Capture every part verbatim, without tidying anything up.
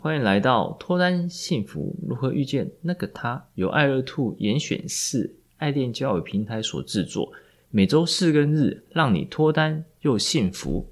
欢迎来到脱单幸福如何遇见那个他，由爱乐兔严选四爱恋交友平台所制作，每周四跟日让你脱单又幸福。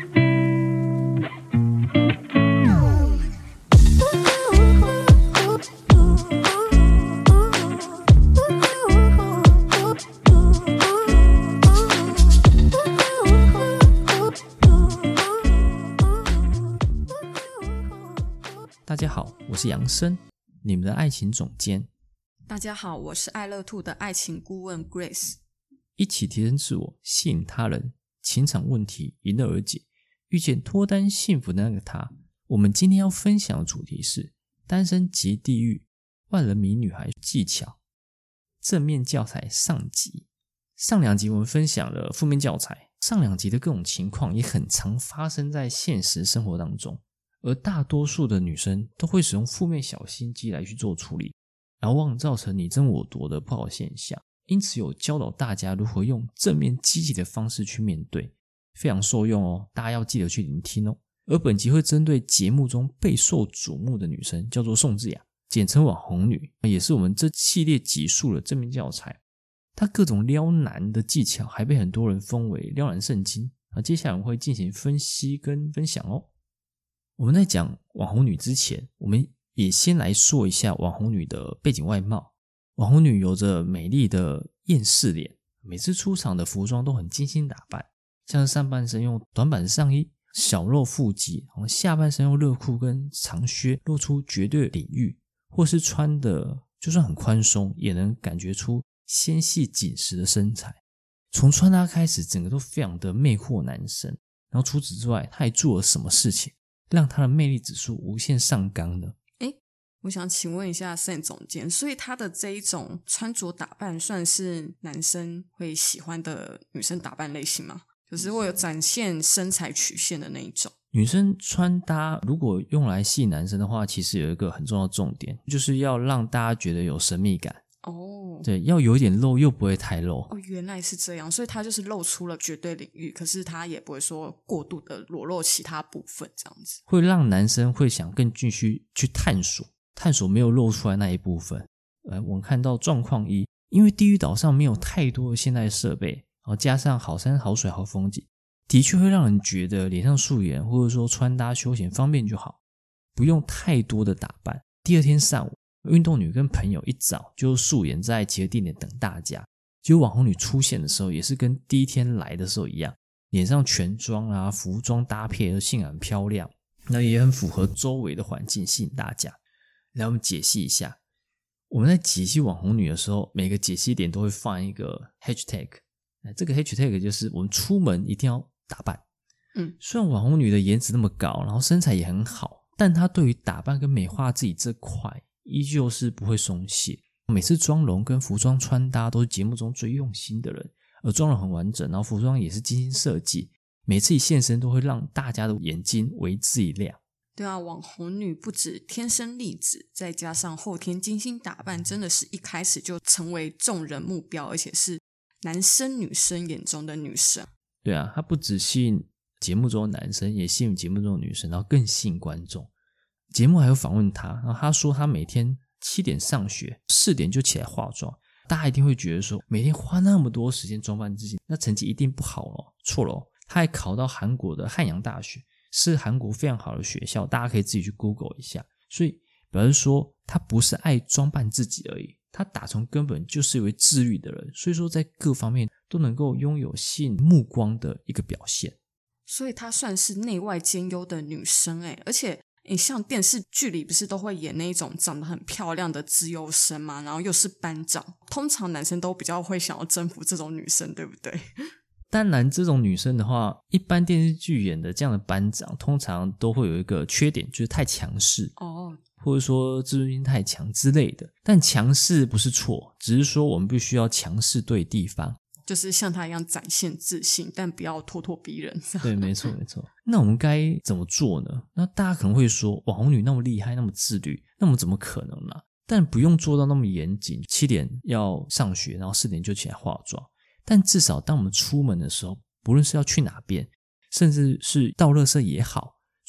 大家好，我是杨生，你们的爱情总监。 大家好，我是爱乐兔的爱情顾问 Grace。 一起提升自我，吸引他人，情场问题迎刃而解，遇见脱单幸福的那个他。我们今天要分享的主题是单身即地狱，万人迷女孩技巧正面教材上集。上两集我们分享了负面教材，上两集的各种情况也很常发生在现实生活当中，而大多数的女生都会使用负面小心机来去做处理，然后往往造成你争我夺的不好现象。因此有教导大家如何用正面积极的方式去面对，非常受用哦，大家要记得去聆听哦。而本集会针对节目中备受瞩目的女生，叫做宋智雅，简称网红女，也是我们这系列集数的正面教材。她各种撩男的技巧还被很多人封为撩男圣经，接下来我们会进行分析跟分享哦。我们在讲网红女之前，我们也先来说一下网红女的背景外貌。网红女有着美丽的厌世脸，每次出场的服装都很精心打扮，像是上半身用短版上衣，小露腹肌，然后下半身用热裤跟长靴露出绝对领域，或是穿的就算很宽松也能感觉出纤细紧实的身材。从穿搭开始整个都非常的魅惑男生，然后除此之外他还做了什么事情让他的魅力指数无限上纲呢？ 诶，我想请问一下 Sam 总监，所以他的这一种穿着打扮算是男生会喜欢的女生打扮类型吗？就是会有展现身材曲线的那一种。 女生穿搭如果用来吸引男生的话，其实有一个很重要的重点，就是要让大家觉得有神秘感哦， 对，要有一点露又不会太露。 哦，原来是这样，所以他就是露出了绝对领域，可是他也不会说过度的裸露其他部分，这样子会让男生会想更继续去探索，探索没有露出来那一部分。呃，我们看到状况一，因为地狱岛上没有太多的现代设备，然后加上好山好水好风景，的确会让人觉得脸上素颜或者说穿搭休闲方便就好，不用太多的打扮。第二天上午，运动女跟朋友一早就素颜在集合地点等大家，结果网红女出现的时候也是跟第一天来的时候一样，脸上全妆啊，服装搭配都性感漂亮，那也很符合周围的环境吸引大家。来我们解析一下，我们在解析网红女的时候，每个解析点都会放一个 hashtag， 这个 hashtag 就是我们出门一定要打扮。 嗯， 虽然网红女的颜值那么高，然后身材也很好，但她对于打扮跟美化自己这块依旧是不会松懈，每次妆容跟服装穿搭都是节目中最用心的人，而妆容很完整，然后服装也是精心设计，每次一现身都会让大家的眼睛为之一亮。 对啊，网红女不止天生丽质，再加上后天精心打扮，真的是一开始就成为众人目标，而且是男生女生眼中的女神。 对啊，她不只吸引节目中的男生，也吸引节目中的女生，然后更吸引观众。节目还有访问他，然后他说他每天七点上学，四点就起来化妆。大家一定会觉得说，每天花那么多时间装扮自己，那成绩一定不好咯。错了哦，他还考到韩国的汉阳大学，是韩国非常好的学校，大家可以自己去 Google 一下。所以表示说他不是爱装扮自己而已，他打从根本就是一位自律的人，所以说在各方面都能够拥有吸引目光的一个表现。 所以她算是内外兼优的女生诶，而且你像电视剧里不是都会演那一种长得很漂亮的资优生嘛，然后又是班长，通常男生都比较会想要征服这种女生，对不对？ 当然这种女生的话，一般电视剧演的这样的班长通常都会有一个缺点，就是太强势哦， 或者说自尊心太强之类的。但强势不是错，只是说我们必须要强势对地方， 就是像他一样展现自信，但不要咄咄逼人。 对，没错没错。那我们该怎么做呢？那大家可能会说，网红女那么厉害那么自律，那么怎么可能呢？但不用做到那么严谨，七点要上学，然后四点就起来化妆。但至少当我们出门的时候，不论是要去哪边，甚至是倒垃圾也好，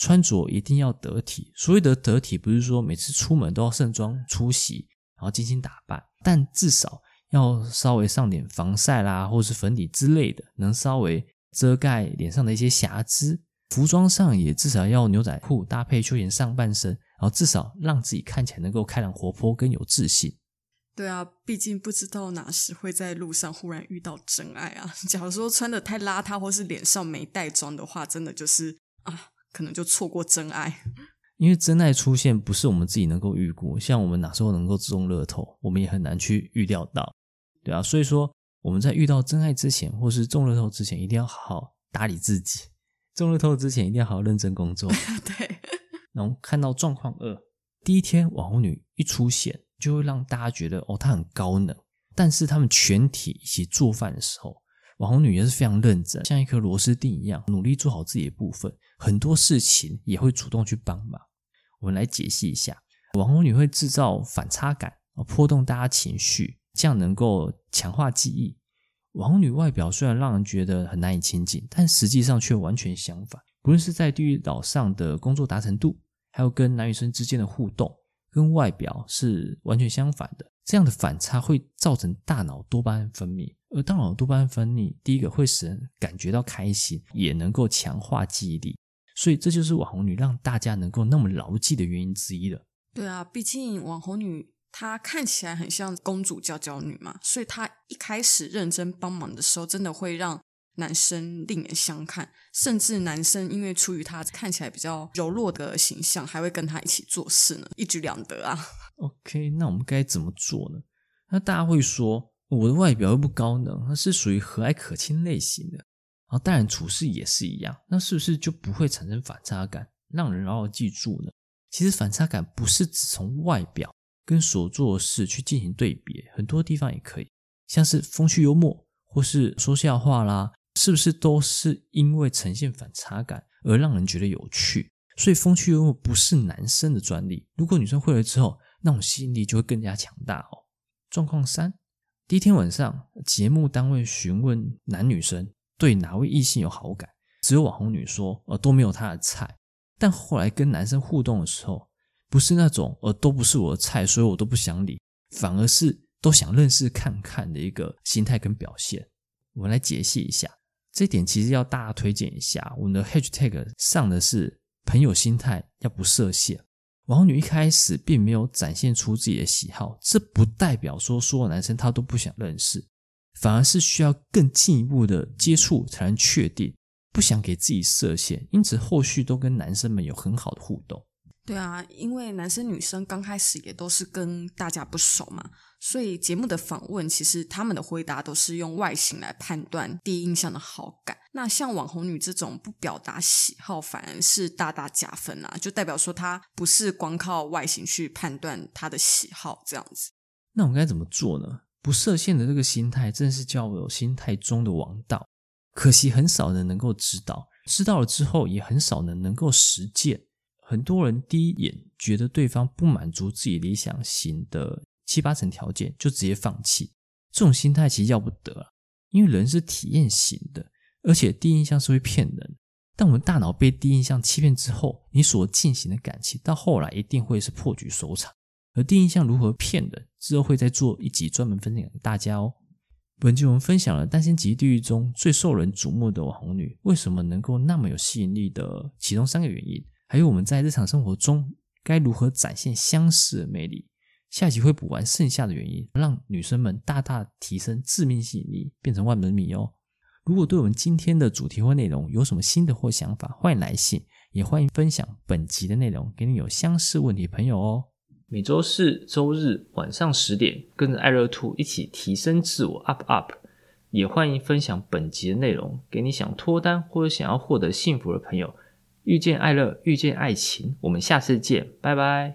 穿着一定要得体，所谓的得体不是说每次出门都要盛装出席然后精心打扮，但至少要稍微上点防晒啦或是粉底之类的，能稍微遮盖脸上的一些瑕疵。服装上也至少要牛仔裤搭配休闲上半身，然后至少让自己看起来能够开朗活泼跟有自信。 对啊，毕竟不知道哪时会在路上忽然遇到真爱啊。假如说穿得太邋遢或是脸上没带妆的话，真的就是啊，可能就错过真爱。 因为真爱出现不是我们自己能够预估，像我们哪时候能够中乐透，我们也很难去预料到。对啊，所以说我们在遇到真爱之前或是中乐透之前，一定要好好打理自己。中乐透之前一定要好好认真工作。 对。 然后看到状况二，第一天网红女一出现，就会让大家觉得哦，她很高能。但是他们全体一起做饭的时候，网红女也是非常认真，像一颗螺丝钉一样，努力做好自己的部分，很多事情也会主动去帮忙。我们来解析一下，网红女会制造反差感，波动大家情绪，这样能够强化记忆。网红女外表虽然让人觉得很难以亲近，但实际上却完全相反。不论是在地狱岛上的工作达成度，还有跟男女生之间的互动，跟外表是完全相反的。这样的反差会造成大脑多巴胺分泌，而大脑多巴胺分泌，第一个会使人感觉到开心，也能够强化记忆力。所以这就是网红女让大家能够那么牢记的原因之一了。 对啊，毕竟网红女她看起来很像公主娇娇女嘛，所以她一开始认真帮忙的时候，真的会让男生另眼相看，甚至男生因为出于她看起来比较柔弱的形象，还会跟她一起做事呢，一举两得啊。 OK， 那我们该怎么做呢？那大家会说我的外表又不高能，那是属于和蔼可亲类型的，然后当然处事也是一样，那是不是就不会产生反差感，让人牢牢记住呢？其实反差感不是只从外表跟所做的事去进行对比，很多地方也可以，像是风趣幽默或是说笑话啦，是不是都是因为呈现反差感而让人觉得有趣？所以风趣幽默不是男生的专利，如果女生会了之后，那种吸引力就会更加强大哦。状况三，第一天晚上，节目单位询问男女生对哪位异性有好感，只有网红女说呃都没有她的菜，但后来跟男生互动的时候，不是那种呃都不是我的菜，所以我都不想理，反而是都想认识看看的一个心态跟表现。我们来解析一下，这一点其实要大家推荐一下，我们的 hashtag 上的是朋友心态要不设限。网红女一开始并没有展现出自己的喜好，这不代表说所有男生她都不想认识，反而是需要更进一步的接触才能确定，不想给自己设限，因此后续都跟男生们有很好的互动。 对啊，因为男生女生刚开始也都是跟大家不熟嘛，所以节目的访问其实他们的回答都是用外形来判断第一印象的好感。那像网红女这种不表达喜好反而是大大加分啊，就代表说她不是光靠外形去判断她的喜好这样子。 那我们该怎么做呢？不设限的这个心态正是交友心态中的王道，可惜很少人能够知道，知道了之后也很少人能够实践。很多人第一眼觉得对方不满足自己理想型的七八成条件就直接放弃，这种心态其实要不得啊，因为人是体验型的，而且第一印象是会骗人，但我们大脑被第一印象欺骗之后，你所进行的感情到后来一定会是破局收场。而第一印象如何骗人，之后会再做一集专门分享给大家哦。本集我们分享了单身即地狱中最受人瞩目的网红女为什么能够那么有吸引力的其中三个原因，还有我们在日常生活中该如何展现相似的魅力。下集会补完剩下的原因，让女生们大大提升致命吸引力，变成万人迷哦。如果对我们今天的主题或内容有什么新的或想法，欢迎来信，也欢迎分享本集的内容给你有相似问题的朋友哦。每周四、周日晚上十点，跟着爱乐兔一起提升自我 up up。也欢迎分享本集的内容给你想脱单或者想要获得幸福的朋友。遇见爱乐，遇见爱情，我们下次见，拜拜。